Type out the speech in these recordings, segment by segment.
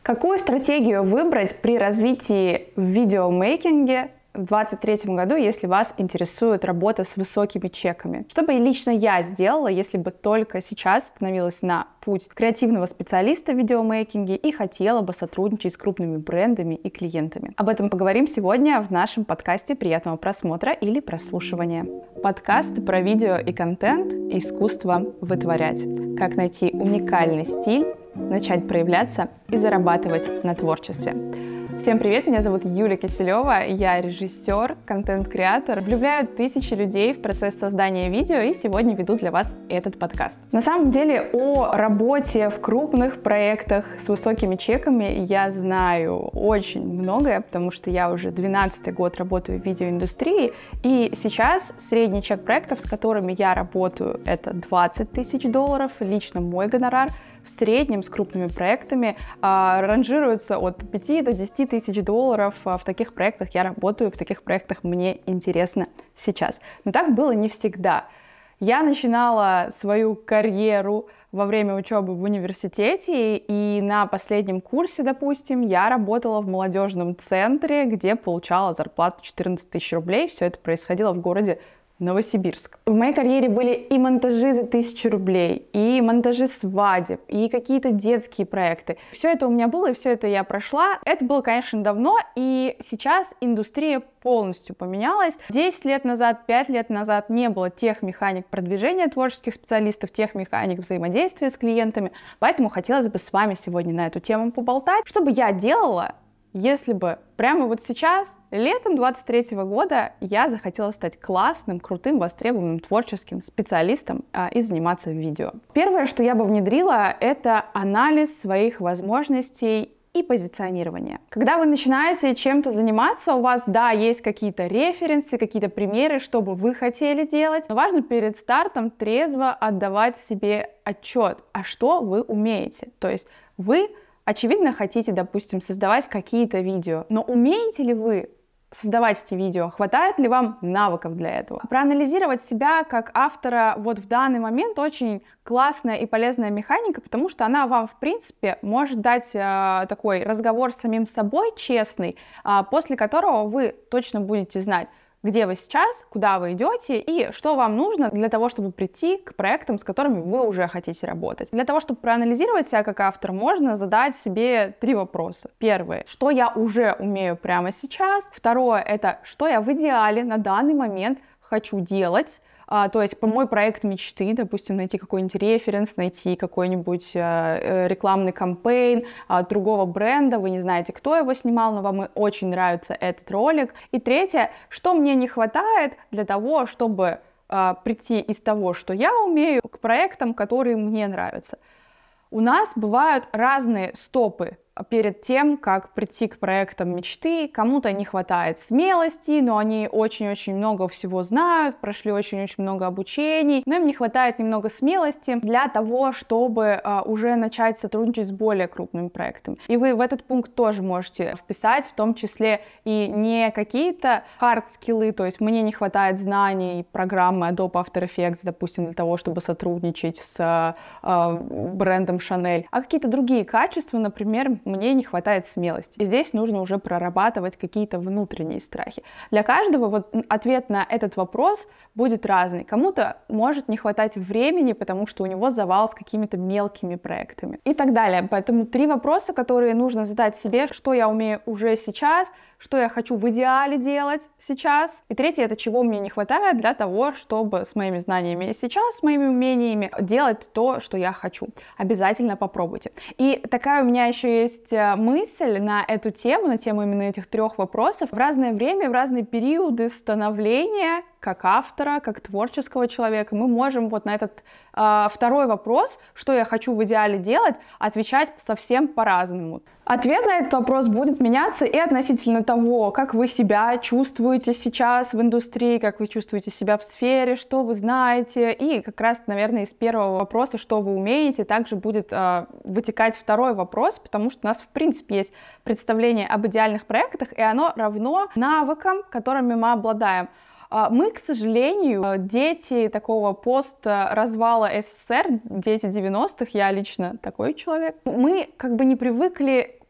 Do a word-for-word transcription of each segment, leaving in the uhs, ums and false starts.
Какую стратегию выбрать при развитии в видеомейкинге в двадцать третьем году, если вас интересует работа с высокими чеками? Что бы лично я сделала, если бы только сейчас становилась на путь креативного специалиста в видеомейкинге и хотела бы сотрудничать с крупными брендами и клиентами? Об этом поговорим сегодня в нашем подкасте. Приятного просмотра или прослушивания. Подкаст про видео и контент «Искусство вытворять». Как найти уникальный стиль, начать проявляться и зарабатывать на творчестве. Всем привет, меня зовут Юлия Киселева, я режиссер, контент-креатор, влюбляю тысячи людей в процесс создания видео и сегодня веду для вас этот подкаст. На самом деле о работе в крупных проектах с высокими чеками я знаю очень многое, потому что я уже двенадцатый год работаю в видеоиндустрии, и сейчас средний чек проектов, с которыми я работаю, это двадцать тысяч долларов, лично мой гонорар. В среднем с крупными проектами а, ранжируются от пяти до десяти тысяч долларов. А в таких проектах я работаю, в таких проектах мне интересно сейчас. Но так было не всегда. Я начинала свою карьеру во время учебы в университете, и на последнем курсе, допустим, я работала в молодежном центре, где получала зарплату четырнадцать тысяч рублей. Все это происходило в городе Новосибирск. В моей карьере были и монтажи за тысячу рублей, и монтажи свадеб, и какие-то детские проекты. Все это у меня было, и все это я прошла. Это было, конечно, давно, и сейчас индустрия полностью поменялась. десять лет назад, пять лет назад не было тех механик продвижения творческих специалистов, тех механик взаимодействия с клиентами, поэтому хотелось бы с вами сегодня на эту тему поболтать. Что бы я делала, если бы прямо вот сейчас, летом двадцать третьего года, я захотела стать классным, крутым, востребованным творческим специалистом а, и заниматься видео? Первое, что я бы внедрила, это анализ своих возможностей и позиционирование. Когда вы начинаете чем-то заниматься, у вас, да, есть какие-то референсы, какие-то примеры, что бы вы хотели делать, но важно перед стартом трезво отдавать себе отчет, а что вы умеете. То есть вы очевидно, хотите, допустим, создавать какие-то видео, но умеете ли вы создавать эти видео? Хватает ли вам навыков для этого? Проанализировать себя как автора вот в данный момент очень классная и полезная механика, потому что она вам, в принципе, может дать э, такой разговор с самим собой честный, э, после которого вы точно будете знать, где вы сейчас, куда вы идете и что вам нужно для того, чтобы прийти к проектам, с которыми вы уже хотите работать. Для того, чтобы проанализировать себя как автор, можно задать себе три вопроса. Первое, что я уже умею прямо сейчас. Второе, это что я в идеале на данный момент хочу делать. А, то есть по мой проект мечты, допустим, найти какой-нибудь референс, найти какой-нибудь а, рекламный кампейн а, другого бренда, вы не знаете, кто его снимал, но вам очень нравится этот ролик. И третье, что мне не хватает для того, чтобы а, прийти из того, что я умею, к проектам, которые мне нравятся. У нас бывают разные стопы перед тем, как прийти к проектам мечты. Кому-то не хватает смелости, но они очень-очень много всего знают, прошли очень-очень много обучений, но им не хватает немного смелости для того, чтобы а, уже начать сотрудничать с более крупными проектами. И вы в этот пункт тоже можете вписать, в том числе и не какие-то хард-скиллы, то есть мне не хватает знаний программы Adobe After Effects, допустим, для того, чтобы сотрудничать с а, брендом Chanel, а какие-то другие качества, например, мне не хватает смелости. И здесь нужно уже прорабатывать какие-то внутренние страхи. Для каждого вот ответ на этот вопрос будет разный. Кому-то может не хватать времени, потому что у него завал с какими-то мелкими проектами и так далее. Поэтому три вопроса, которые нужно задать себе: что я умею уже сейчас, что я хочу в идеале делать сейчас, и третье, это чего мне не хватает для того, чтобы с моими знаниями сейчас, с моими умениями делать то, что я хочу. Обязательно попробуйте. И такая у меня еще есть мысль на эту тему, на тему именно этих трех вопросов. В разное время, в разные периоды становления как автора, как творческого человека, мы можем вот на этот э, второй вопрос, что я хочу в идеале делать, отвечать совсем по-разному. Ответ на этот вопрос будет меняться и относительно того, как вы себя чувствуете сейчас в индустрии, как вы чувствуете себя в сфере, что вы знаете, и как раз, наверное, из первого вопроса, что вы умеете, также будет э, вытекать второй вопрос, потому что у нас, в принципе, есть представление об идеальных проектах, и оно равно навыкам, которыми мы обладаем. Мы, к сожалению, дети такого пост-развала СССР, дети девяностых, я лично такой человек, мы как бы не привыкли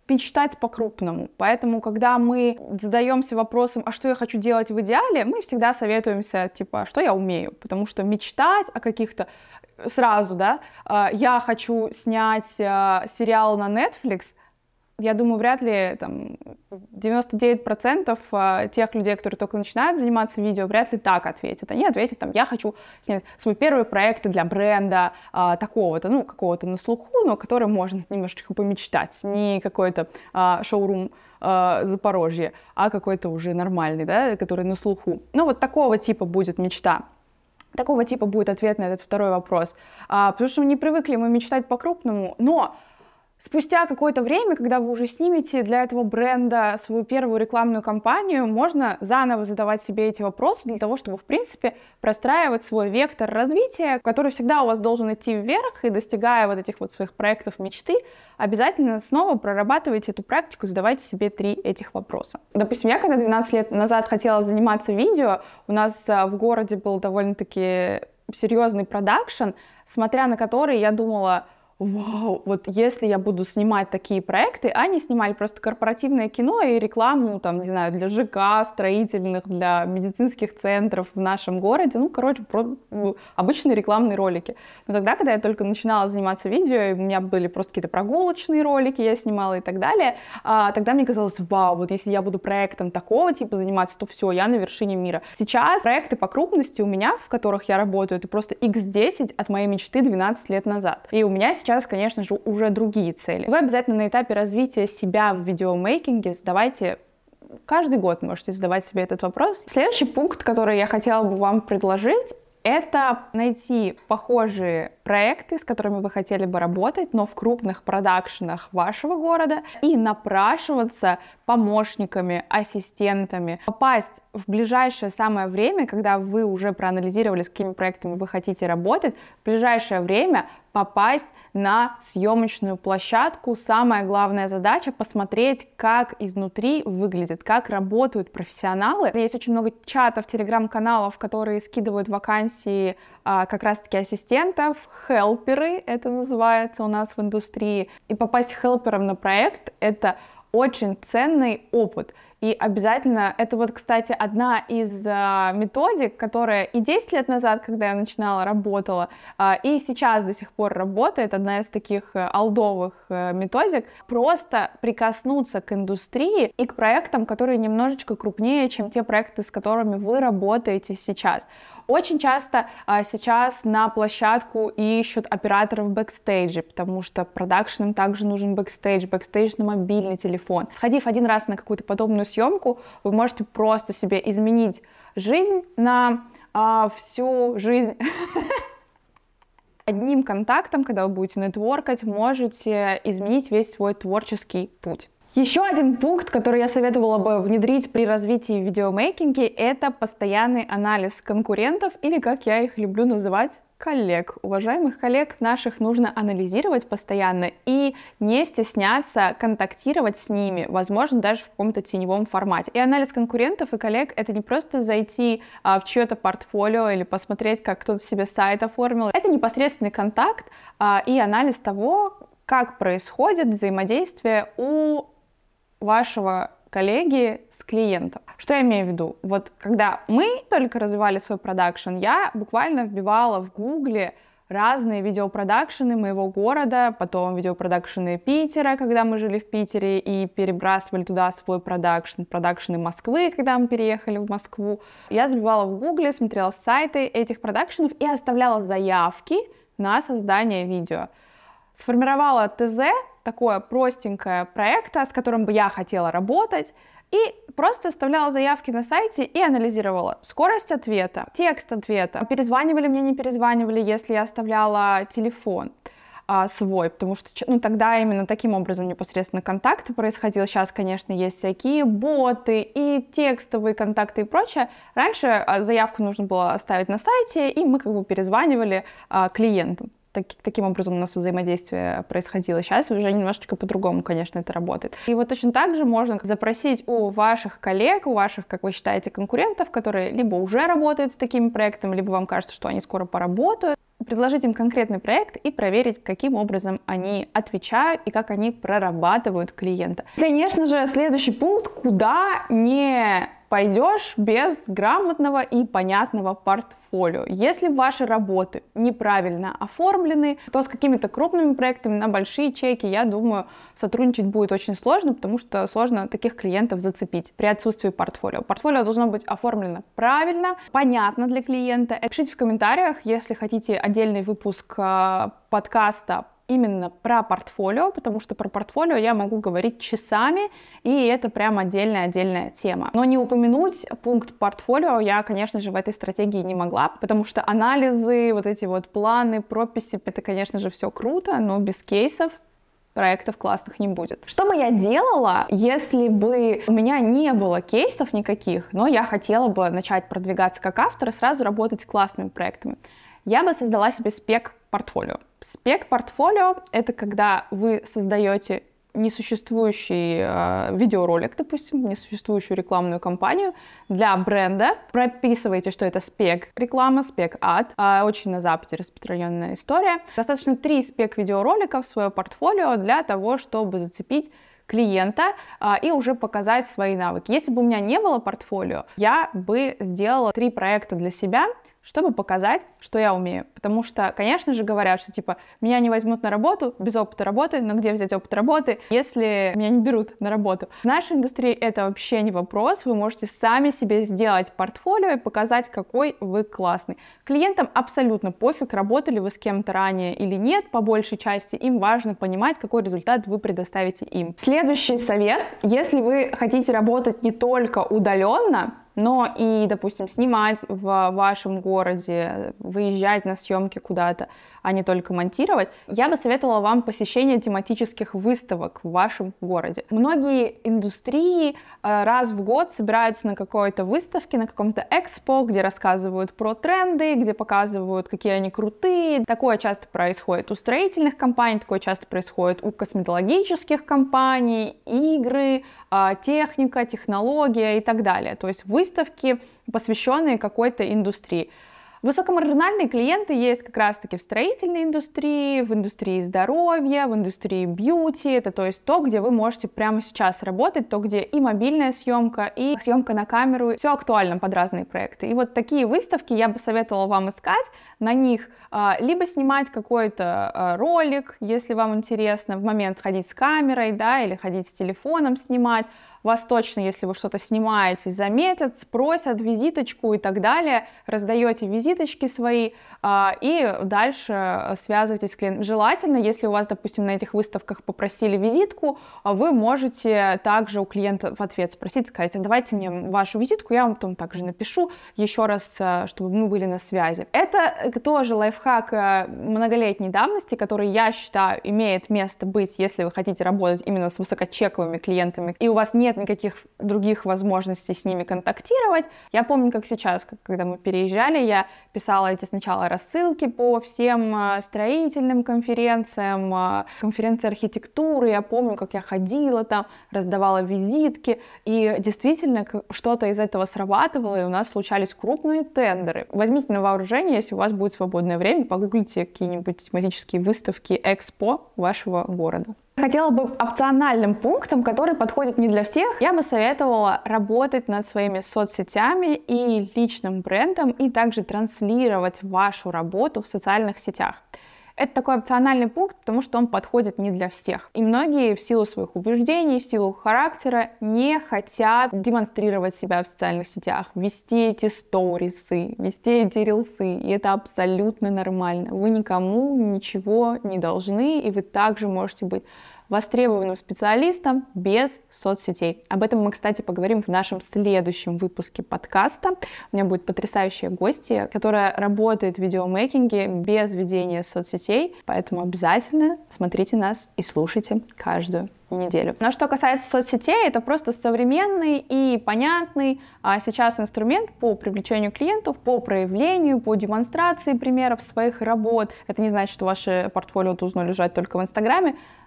мечтать по-крупному. Поэтому, когда мы задаемся вопросом, а что я хочу делать в идеале, мы всегда советуемся, типа, а что я умею? Потому что мечтать о каких-то сразу, да, я хочу снять сериал на Netflix, я думаю, вряд ли там девяносто девять процентов тех людей, которые только начинают заниматься видео, вряд ли так ответят. Они ответят, там, я хочу снять свой первый проект для бренда а, такого-то, ну, какого-то на слуху, но который можно немножечко помечтать. Не какой-то а, шоурум а, Запорожье, а какой-то уже нормальный, да, который на слуху. Ну, вот такого типа будет мечта. Такого типа будет ответ на этот второй вопрос. А, потому что мы не привыкли мы мечтать по-крупному, но спустя какое-то время, когда вы уже снимете для этого бренда свою первую рекламную кампанию, можно заново задавать себе эти вопросы для того, чтобы, в принципе, простраивать свой вектор развития, который всегда у вас должен идти вверх, и достигая вот этих вот своих проектов мечты, обязательно снова прорабатывайте эту практику, задавайте себе три этих вопроса. Допустим, я когда двенадцать лет назад хотела заниматься видео, у нас в городе был довольно-таки серьезный продакшн, смотря на который я думала: вау, вот если я буду снимать такие проекты, а не снимали просто корпоративное кино и рекламу, там, не знаю, для ЖК, строительных, для медицинских центров в нашем городе, ну, короче, про, обычные рекламные ролики. Но тогда, когда я только начинала заниматься видео, и у меня были просто какие-то прогулочные ролики, я снимала и так далее, а, тогда мне казалось: вау, вот если я буду проектом такого типа заниматься, то все, я на вершине мира. Сейчас проекты по крупности у меня, в которых я работаю, это просто икс десять от моей мечты двенадцать лет назад. И у меня сейчас Сейчас, конечно же, уже другие цели. Вы обязательно на этапе развития себя в видеомейкинге задавайте, каждый год можете задавать себе этот вопрос. Следующий пункт, который я хотела бы вам предложить, это найти похожие проекты, с которыми вы хотели бы работать, но в крупных продакшенах вашего города, и напрашиваться помощниками, ассистентами, попасть в ближайшее самое время, когда вы уже проанализировали, с какими проектами вы хотите работать, в ближайшее время попасть на съемочную площадку. Самая главная задача — посмотреть, как изнутри выглядит, как работают профессионалы. Есть очень много чатов, телеграм-каналов, которые скидывают вакансии а, как раз-таки ассистентов, хелперы это называется у нас в индустрии. И попасть хелпером на проект — это очень ценный опыт. И обязательно, это вот, кстати, одна из а, методик, которая и десять лет назад, когда я начинала, работала, а, и сейчас до сих пор работает, одна из таких а, олдовых а, методик, просто прикоснуться к индустрии и к проектам, которые немножечко крупнее, чем те проекты, с которыми вы работаете сейчас. Очень часто а, сейчас на площадку ищут операторов бэкстейджа, потому что продакшенам также нужен бэкстейдж, бэкстейдж на мобильный телефон. Сходив один раз на какую-то подобную съемку, вы можете просто себе изменить жизнь на а, всю жизнь. Одним контактом, когда вы будете нетворкать, можете изменить весь свой творческий путь. Еще один пункт, который я советовала бы внедрить при развитии в видеомейкинге, это постоянный анализ конкурентов, или, как я их люблю называть, коллег. Уважаемых коллег наших нужно анализировать постоянно и не стесняться контактировать с ними, возможно, даже в каком-то теневом формате. И анализ конкурентов и коллег — это не просто зайти а, в чье-то портфолио или посмотреть, как кто-то себе сайт оформил. Это непосредственный контакт а, и анализ того, как происходит взаимодействие у вашего коллеги с клиентом. Что я имею в виду? Вот когда мы только развивали свой продакшн, я буквально вбивала в гугле разные видеопродакшены моего города, потом видеопродакшены Питера, когда мы жили в Питере и перебрасывали туда свой продакшн, продакшены Москвы, когда мы переехали в Москву. Я забивала в гугле, смотрела сайты этих продакшенов и оставляла заявки на создание видео. Сформировала ТЗ, такое простенькое проекта, с которым бы я хотела работать, и просто оставляла заявки на сайте и анализировала скорость ответа, текст ответа, перезванивали мне, не перезванивали, если я оставляла телефон а, свой, потому что ну, тогда именно таким образом непосредственно контакты происходили. Сейчас, конечно, есть всякие боты и текстовые контакты и прочее. Раньше заявку нужно было оставить на сайте, и мы как бы перезванивали а, клиентам. Так, таким образом у нас взаимодействие происходило. Сейчас уже немножечко по-другому, конечно, это работает. И вот точно так же можно запросить у ваших коллег, у ваших, как вы считаете, конкурентов, которые либо уже работают с такими проектами, либо вам кажется, что они скоро поработают, предложить им конкретный проект и проверить, каким образом они отвечают и как они прорабатывают клиента. Конечно же, следующий пункт, куда не пойдешь без грамотного и понятного портфолио. Если ваши работы неправильно оформлены, то с какими-то крупными проектами на большие чеки, я думаю, сотрудничать будет очень сложно, потому что сложно таких клиентов зацепить при отсутствии портфолио. Портфолио должно быть оформлено правильно, понятно для клиента. Пишите в комментариях, если хотите отдельный выпуск подкаста именно про портфолио, потому что про портфолио я могу говорить часами, и это прям отдельная-отдельная тема. Но не упомянуть пункт портфолио я, конечно же, в этой стратегии не могла, потому что анализы, вот эти вот планы, прописи, это, конечно же, все круто, но без кейсов проектов классных не будет. Что бы я делала, если бы у меня не было кейсов никаких, но я хотела бы начать продвигаться как автор и сразу работать с классными проектами? Я бы создала себе спек-портфолио. Спек-портфолио — это когда вы создаете несуществующий э, видеоролик, допустим, несуществующую рекламную кампанию для бренда, прописываете, что это спек-реклама, спек-ад, э, очень на Западе распространенная история. Достаточно три спек-видеоролика в свое портфолио для того, чтобы зацепить клиента а, и уже показать свои навыки. Если бы у меня не было портфолио, я бы сделала три проекта для себя, чтобы показать, что я умею. Потому что, конечно же, говорят, что типа меня не возьмут на работу без опыта работы, но где взять опыт работы, если меня не берут на работу? В нашей индустрии это вообще не вопрос. Вы можете сами себе сделать портфолио и показать, какой вы классный. Клиентам абсолютно пофиг, работали вы с кем-то ранее или нет, по большей части. Им важно понимать, какой результат вы предоставите им. Следующий совет. Если вы хотите работать не только удаленно, но и, допустим, снимать в вашем городе, выезжать на съемки куда-то, а не только монтировать, я бы советовала вам посещение тематических выставок в вашем городе. Многие индустрии раз в год собираются на какой-то выставке, на каком-то экспо, где рассказывают про тренды, где показывают, какие они крутые. Такое часто происходит у строительных компаний, такое часто происходит у косметологических компаний, игры, техника, технология и так далее. То есть выставки, посвященные какой-то индустрии. Высокомаржинальные клиенты есть как раз-таки в строительной индустрии, в индустрии здоровья, в индустрии бьюти. Это то есть то, где вы можете прямо сейчас работать, то, где и мобильная съемка, и съемка на камеру. Все актуально под разные проекты. И вот такие выставки я бы советовала вам искать. На них а, либо снимать какой-то а, ролик, если вам интересно, в момент ходить с камерой, да, или ходить с телефоном снимать. Вас точно, если вы что-то снимаете, заметят, спросят визиточку и так далее, раздаете визиточки свои а, и дальше связываетесь с клиентом. Желательно, если у вас, допустим, на этих выставках попросили визитку, вы можете также у клиента в ответ спросить, сказать: давайте мне вашу визитку, я вам потом также напишу еще раз, чтобы мы были на связи. Это тоже лайфхак многолетней давности, который, я считаю, имеет место быть, если вы хотите работать именно с высокочековыми клиентами, и у вас нет никаких других возможностей с ними контактировать. Я помню, как сейчас, когда мы переезжали, я писала эти сначала рассылки по всем строительным конференциям, конференции архитектуры. Я помню, как я ходила там, раздавала визитки, и действительно что-то из этого срабатывало, и у нас случались крупные тендеры. Возьмите на вооружение, если у вас будет свободное время, погуглите какие-нибудь тематические выставки, экспо вашего города. Хотела бы опциональным пунктом, который подходит не для всех, я бы советовала работать над своими соцсетями и личным брендом, и также транслировать вашу работу в социальных сетях. Это такой опциональный пункт, потому что он подходит не для всех. И многие в силу своих убеждений, в силу характера не хотят демонстрировать себя в социальных сетях, вести эти сторисы, вести эти рилсы. И это абсолютно нормально. Вы никому ничего не должны, и вы также можете быть востребованным специалистом без соцсетей. Об этом мы, кстати, поговорим в нашем следующем выпуске подкаста. У меня будет потрясающая гостья, которая работает в видеомейкинге без ведения соцсетей, поэтому обязательно смотрите нас и слушайте каждую неделю. Но что касается соцсетей, это просто современный и понятный а сейчас инструмент по привлечению клиентов, по проявлению, по демонстрации примеров своих работ. Это не значит, что ваше портфолио должно лежать только в Инстаграме,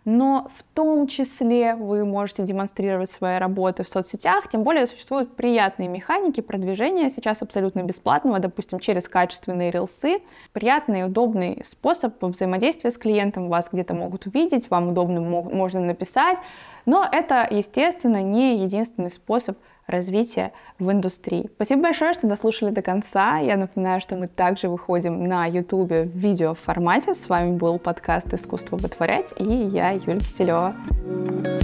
но в том числе вы можете демонстрировать свои работы в соцсетях, тем более существуют приятные механики продвижения сейчас абсолютно бесплатного, допустим, через качественные рилсы. Приятный и удобный способ взаимодействия с клиентом, вас где-то могут увидеть, вам удобно можно написать, но это, естественно, не единственный способ развития в индустрии. Спасибо большое, что дослушали до конца. Я напоминаю, что мы также выходим на YouTube в видео формате. С вами был подкаст «Искусство вытворять» и я, Юлия Киселева.